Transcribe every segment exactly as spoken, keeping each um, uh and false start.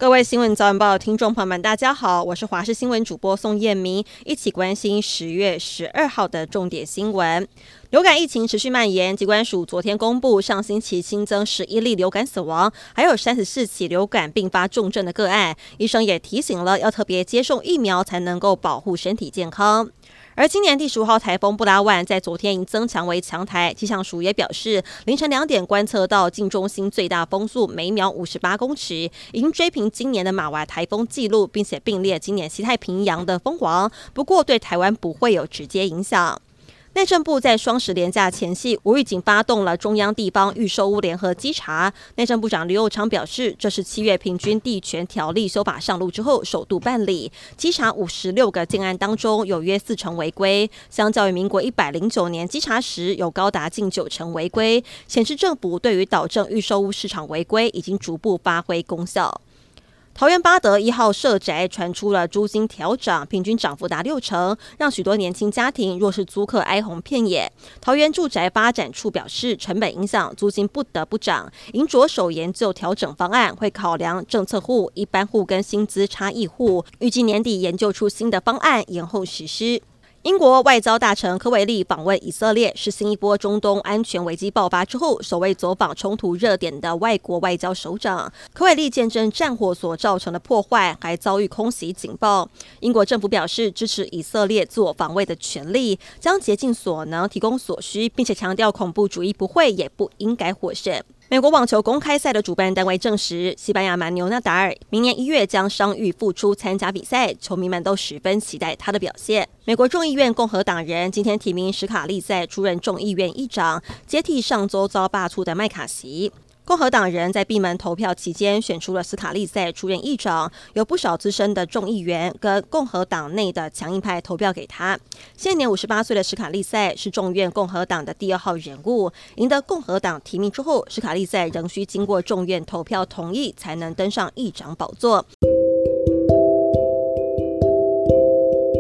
各位新闻早晚报的听众朋友们，大家好，我是华视新闻主播宋燕明，一起关心十月十二号的重点新闻。流感疫情持续蔓延，疾管署昨天公布，上星期新增十一例流感死亡，还有三十四起流感并发重症的个案。医生也提醒了，要特别接种疫苗才能够保护身体健康。而今年第十五号台风布拉万在昨天已增强为强台，气象署也表示，凌晨两点观测到近中心最大风速每秒五十八公尺，已经追平今年的马娃台风纪录，并且并列今年西太平洋的风王。不过对台湾不会有直接影响。内政部在双十连假前夕，无预警发动了中央地方预售屋联合稽查。内政部长刘佑昌表示，这是七月平均地权条例修法上路之后首度办理稽查，五十六个建案当中有约四成违规，相较于民国一百零九年稽查时有高达近九成违规，显示政府对于导正预售屋市场违规已经逐步发挥功效。桃园八德一号社宅传出了租金调涨，平均涨幅达六成，让许多年轻家庭若是租客哀鸿遍野。桃园住宅发展处表示，成本影响，租金不得不涨，应着手研究调整方案，会考量政策户、一般户跟薪资差异户，预计年底研究出新的方案，延后实施。英国外交大臣科维利访问以色列，是新一波中东安全危机爆发之后首位走访冲突热点的外国外交首长。科维利见证战火所造成的破坏，还遭遇空袭警报。英国政府表示支持以色列自我防卫的权利，将竭尽所能提供所需，并且强调恐怖主义不会也不应该获胜。美国网球公开赛的主办单位证实，西班牙蛮牛纳达尔明年一月将伤愈复出参加比赛，球迷们都十分期待他的表现。美国众议院共和党人今天提名史卡利塞出任众议院议长，接替上周遭罢黜的麦卡锡。共和党人在闭门投票期间选出了斯卡利塞出任议长，有不少资深的众议员跟共和党内的强硬派投票给他。现年五十八岁的史卡利塞是众院共和党的第二号人物，赢得共和党提名之后，史卡利塞仍需经过众院投票同意才能登上议长宝座。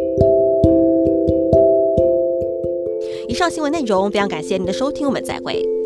以上新闻内容非常感谢您的收听，我们再会。